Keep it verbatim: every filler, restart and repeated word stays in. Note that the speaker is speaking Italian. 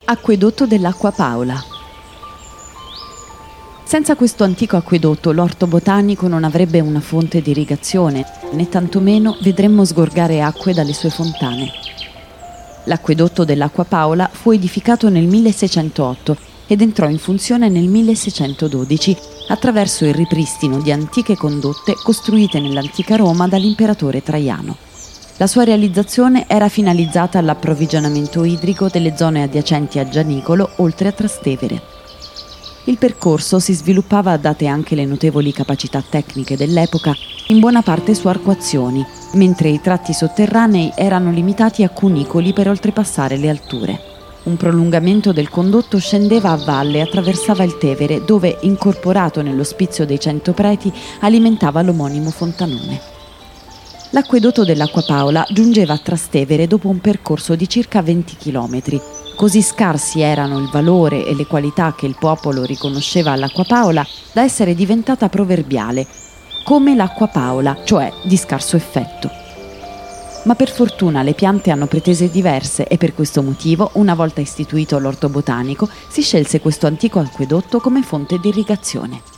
Acquedotto dell'Acqua Paola. Senza questo antico acquedotto l'orto botanico non avrebbe una fonte di irrigazione, né tantomeno vedremmo sgorgare acque dalle sue fontane. L'acquedotto dell'Acqua Paola fu edificato nel milleseicentotto ed entrò in funzione nel milleseicentododici attraverso il ripristino di antiche condotte costruite nell'antica Roma dall'imperatore Traiano. La sua realizzazione era finalizzata all'approvvigionamento idrico delle zone adiacenti a Gianicolo, oltre a Trastevere. Il percorso si sviluppava, date anche le notevoli capacità tecniche dell'epoca, in buona parte su arcuazioni, mentre i tratti sotterranei erano limitati a cunicoli per oltrepassare le alture. Un prolungamento del condotto scendeva a valle e attraversava il Tevere, dove, incorporato nell'Ospizio dei Cento Preti, alimentava l'omonimo fontanone. L'acquedotto dell'Acqua Paola giungeva a Trastevere dopo un percorso di circa venti chilometri. Così scarsi erano il valore e le qualità che il popolo riconosceva all'Acqua Paola da essere diventata proverbiale, come l'acqua Paola, cioè di scarso effetto. Ma per fortuna le piante hanno pretese diverse e per questo motivo, una volta istituito l'orto botanico, si scelse questo antico acquedotto come fonte di irrigazione.